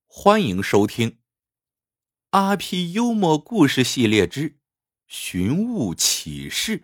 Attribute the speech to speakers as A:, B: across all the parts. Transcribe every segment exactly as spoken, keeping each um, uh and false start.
A: 欢迎收听阿 P 幽默故事系列之寻物启事。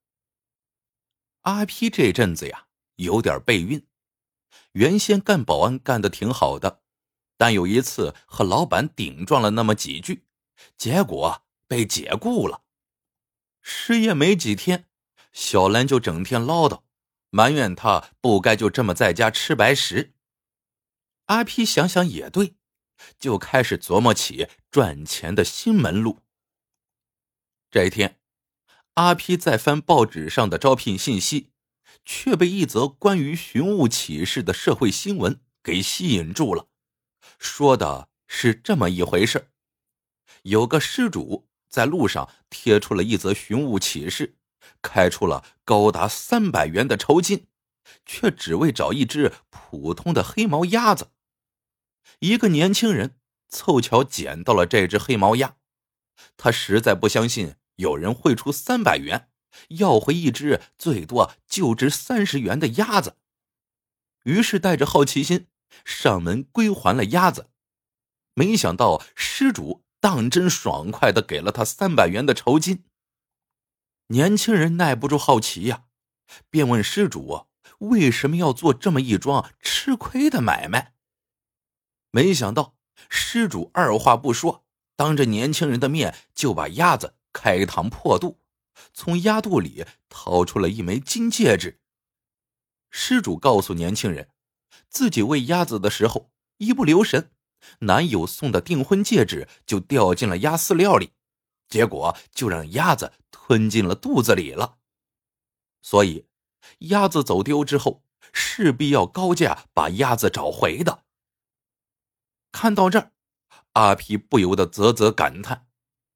A: 阿 P 这阵子呀有点背运，原先干保安干得挺好的，但有一次和老板顶撞了那么几句，结果被解雇了。失业没几天，小兰就整天唠叨，埋怨他不该就这么在家吃白食。阿 P 想想也对，就开始琢磨起赚钱的新门路。这一天，阿 P 在翻报纸上的招聘信息，却被一则关于寻物启事的社会新闻给吸引住了。说的是这么一回事：有个失主在路上贴出了一则寻物启事，开出了高达三百元的酬金，却只为找一只普通的黑毛鸭子。一个年轻人凑巧捡到了这只黑毛鸭，他实在不相信有人会出三百元要回一只最多就值三十元的鸭子，于是带着好奇心上门归还了鸭子。没想到失主当真爽快地给了他三百元的酬金。年轻人耐不住好奇呀、啊，便问失主为什么要做这么一桩吃亏的买卖。没想到失主二话不说，当着年轻人的面就把鸭子开膛破肚，从鸭肚里掏出了一枚金戒指。失主告诉年轻人，自己喂鸭子的时候一不留神，男友送的订婚戒指就掉进了鸭饲料里，结果就让鸭子吞进了肚子里了。所以鸭子走丢之后，势必要高价把鸭子找回的。看到这儿，阿 P 不由得啧啧感叹，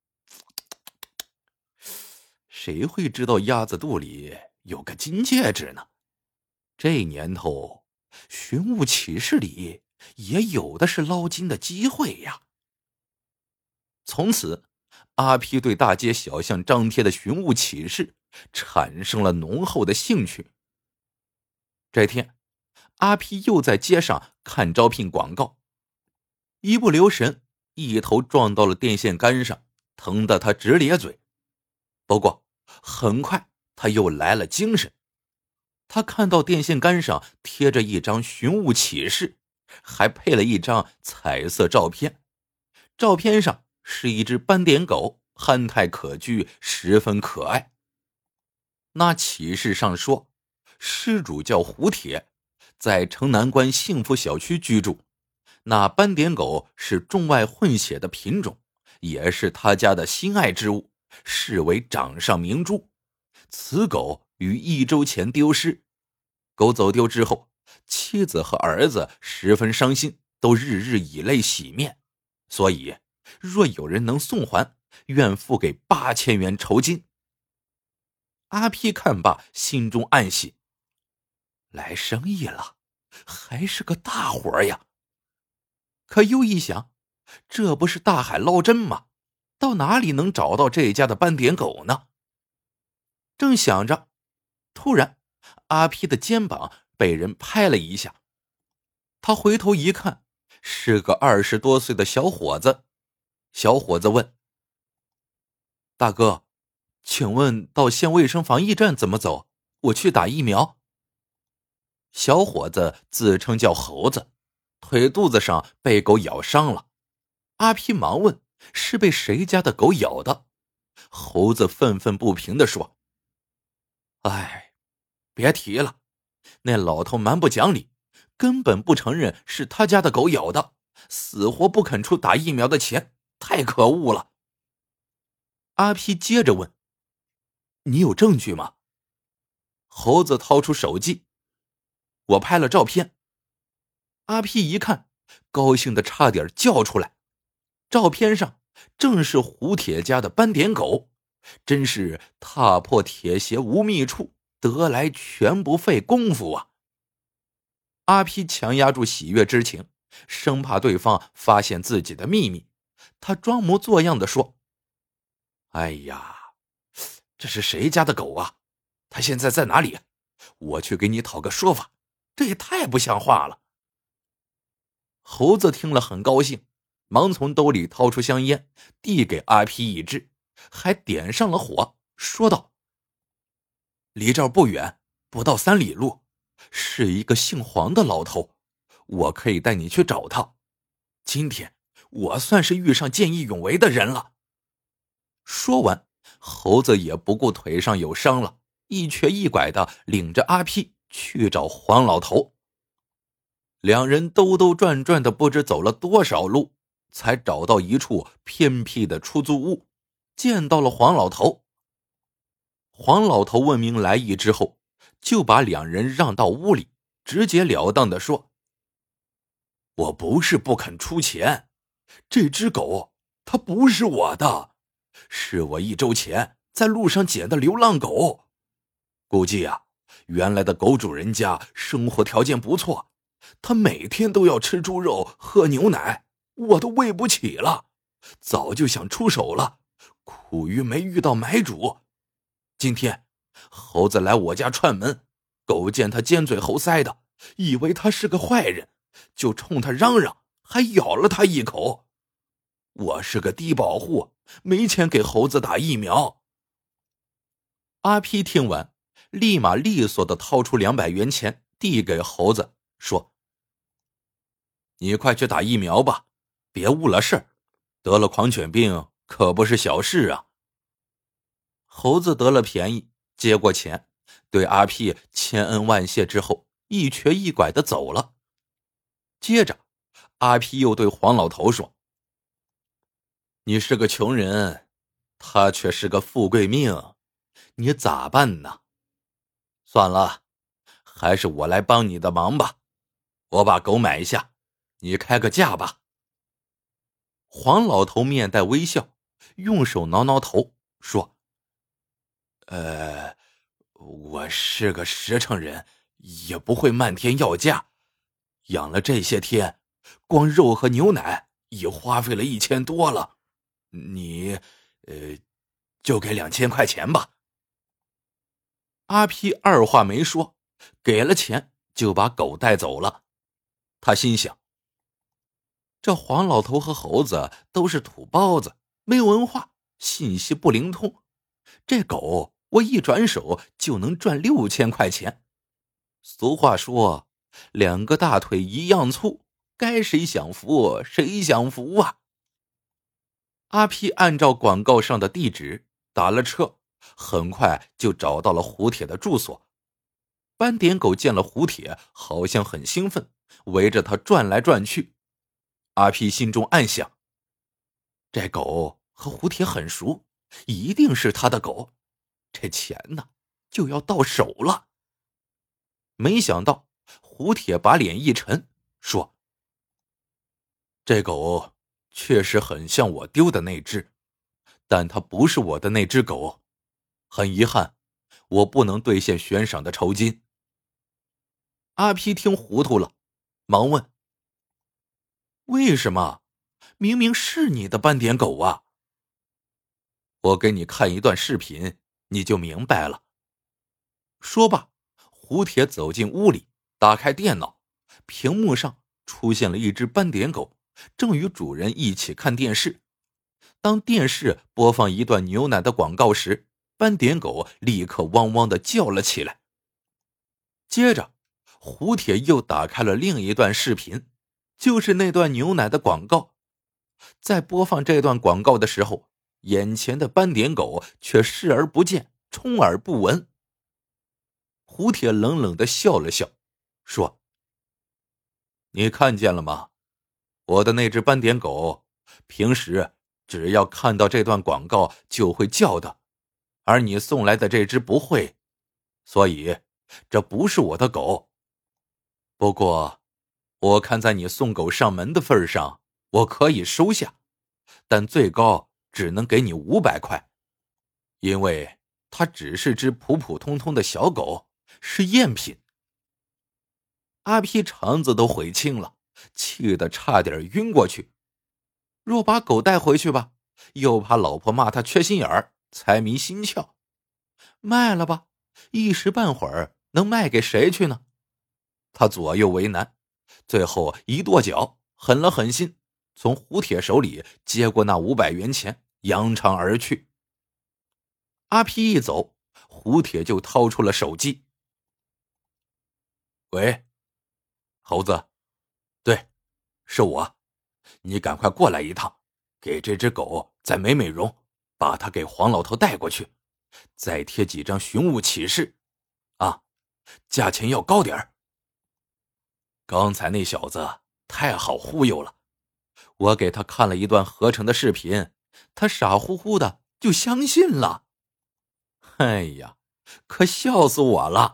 A: 谁会知道鸭子肚里有个金戒指呢？这年头寻物启事里也有的是捞金的机会呀。从此阿 P 对大街小巷张贴的寻物启事产生了浓厚的兴趣。这天，阿 P 又在街上看招聘广告，一不留神一头撞到了电线杆上，疼得他直咧嘴。不过很快他又来了精神，他看到电线杆上贴着一张寻物启事，还配了一张彩色照片。照片上是一只斑点狗，憨态可掬，十分可爱。那启事上说，失主叫胡铁，在城南关幸福小区居住。那斑点狗是中外混血的品种，也是他家的心爱之物，视为掌上明珠。此狗于一周前丢失，狗走丢之后，妻子和儿子十分伤心，都日日以泪洗面，所以若有人能送还，愿付给八千元酬金。阿 P 看罢，心中暗喜，来生意了，还是个大活呀。可又一想，这不是大海捞针吗？到哪里能找到这家的斑点狗呢？正想着，突然阿 P 的肩膀被人拍了一下，他回头一看，是个二十多岁的小伙子。小伙子问，大哥，请问到县卫生防疫站怎么走？我去打疫苗。小伙子自称叫猴子，腿肚子上被狗咬伤了。阿 P 忙问，是被谁家的狗咬的？猴子愤愤不平地说，哎，别提了，那老头蛮不讲理，根本不承认是他家的狗咬的，死活不肯出打疫苗的钱，太可恶了。阿 P 接着问，你有证据吗？猴子掏出手机，我拍了照片。阿 P 一看，高兴的差点叫出来。照片上正是胡铁家的斑点狗，真是踏破铁鞋无觅处，得来全不费功夫啊。阿 P 强压住喜悦之情，生怕对方发现自己的秘密，他装模作样的说，哎呀，这是谁家的狗啊？他现在在哪里？我去给你讨个说法，这也太不像话了。 猴子听了很高兴，忙从兜里掏出香烟，递给阿皮一支，还点上了火，说道：离这儿不远，不到三里路，是一个姓黄的老头，我可以带你去找他。今天我算是遇上见义勇为的人了。说完，猴子也不顾腿上有伤了，一瘸一拐的领着阿皮去找黄老头。两人兜兜转转的不知走了多少路，才找到一处偏僻的出租屋，见到了黄老头。黄老头问明来意之后，就把两人让到屋里，直截了当地说：我不是不肯出钱，这只狗它不是我的，是我一周前在路上捡的流浪狗。估计啊，原来的狗主人家生活条件不错，他每天都要吃猪肉喝牛奶，我都喂不起了，早就想出手了，苦于没遇到买主。今天猴子来我家串门，狗见他尖嘴猴腮的，以为他是个坏人，就冲他嚷嚷，还咬了他一口。我是个低保户，没钱给猴子打疫苗。阿皮听完，立马利索地掏出两百元钱递给猴子，说：你快去打疫苗吧，别误了事儿，得了狂犬病可不是小事啊。猴子得了便宜，接过钱，对阿皮千恩万谢之后，一瘸一拐地走了。接着阿皮又对黄老头说：你是个穷人，他却是个富贵命，你咋办呢？算了，还是我来帮你的忙吧，我把狗买下，你开个价吧。黄老头面带微笑，用手挠挠头，说：呃，我是个实诚人，也不会漫天要价，养了这些天，光肉和牛奶已花费了一千多了，你呃就给两千块钱吧。阿皮二话没说，给了钱就把狗带走了。他心想，这黄老头和猴子都是土包子，没文化，信息不灵通，这狗我一转手就能赚六千块钱。俗话说，两个大腿一样粗，该谁享福谁享福啊。阿皮按照广告上的地址打了车，很快就找到了胡铁的住所。斑点狗见了胡铁，好像很兴奋，围着他转来转去。阿皮心中暗想，这狗和胡铁很熟，一定是他的狗，这钱呢就要到手了。没想到胡铁把脸一沉，说：这狗确实很像我丢的那只，但它不是我的那只狗，很遗憾，我不能兑现悬赏的酬金。阿皮听糊涂了，忙问：为什么？明明是你的斑点狗啊！我给你看一段视频，你就明白了。说罢，胡铁走进屋里，打开电脑，屏幕上出现了一只斑点狗，正与主人一起看电视。当电视播放一段牛奶的广告时，斑点狗立刻汪汪地叫了起来。接着胡铁又打开了另一段视频，就是那段牛奶的广告。在播放这段广告的时候，眼前的斑点狗却视而不见，充耳不闻。胡铁冷冷地笑了笑，说：你看见了吗？我的那只斑点狗平时只要看到这段广告就会叫的，而你送来的这只不会，所以这不是我的狗。不过我看在你送狗上门的份上，我可以收下，但最高只能给你五百块，因为它只是只普普通通的小狗，是赝品。阿皮肠子都悔青了，气得差点晕过去。若把狗带回去吧，又怕老婆骂他缺心眼儿，财迷心窍；卖了吧，一时半会儿能卖给谁去呢？他左右为难，最后一跺脚， 狠了狠心，从胡铁手里接过那五百元钱，扬长而去。阿皮一走，胡铁就掏出了手机。喂，猴子，对，是我，你赶快过来一趟，给这只狗再美美容，把它给黄老头带过去，再贴几张寻物启事，啊，价钱要高点儿。刚才那小子太好忽悠了，我给他看了一段合成的视频，他傻乎乎的就相信了。哎呀，可笑死我了。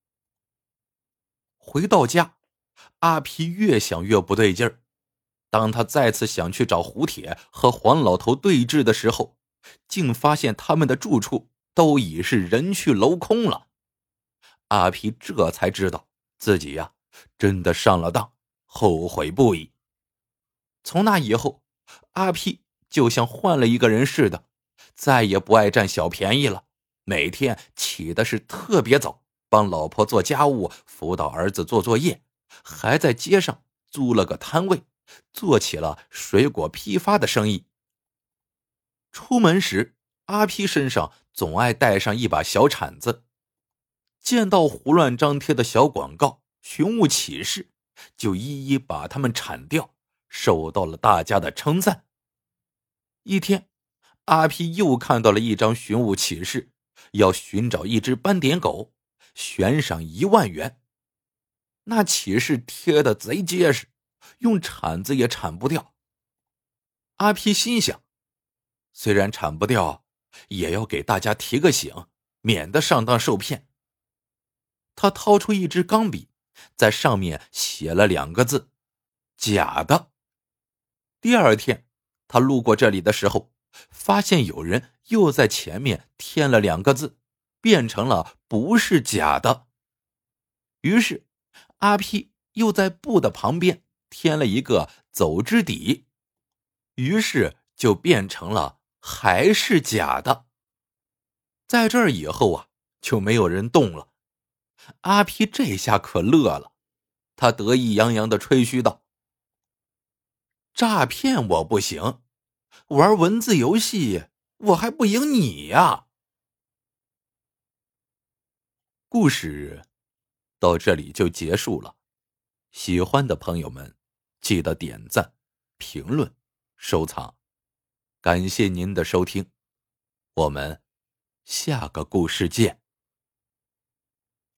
A: 回到家，阿皮越想越不对劲儿。当他再次想去找胡铁和黄老头对峙的时候，竟发现他们的住处都已是人去楼空了。阿皮这才知道自己呀，真的上了当，后悔不已。从那以后，阿皮就像换了一个人似的，再也不爱占小便宜了，每天起的是特别早，帮老婆做家务，辅导儿子做作业，还在街上租了个摊位，做起了水果批发的生意。出门时，阿皮身上总爱带上一把小铲子，见到胡乱张贴的小广告、寻物启事，就一一把它们铲掉，受到了大家的称赞。一天，阿皮又看到了一张寻物启事，要寻找一只斑点狗，悬赏一万元。那启事贴得贼结实，用铲子也铲不掉。阿皮心想，虽然铲不掉，也要给大家提个醒，免得上当受骗。他掏出一支钢笔，在上面写了两个字：假的。第二天，他路过这里的时候，发现有人又在前面添了两个字，变成了不是假的。于是阿皮又在布的旁边添了一个走之底，于是就变成了还是假的。在这儿以后啊，就没有人动了。阿皮这下可乐了，他得意洋洋地吹嘘道：诈骗我不行，玩文字游戏我还不赢你呀！故事到这里就结束了。喜欢的朋友们记得点赞、评论、收藏，感谢您的收听，我们下个故事见。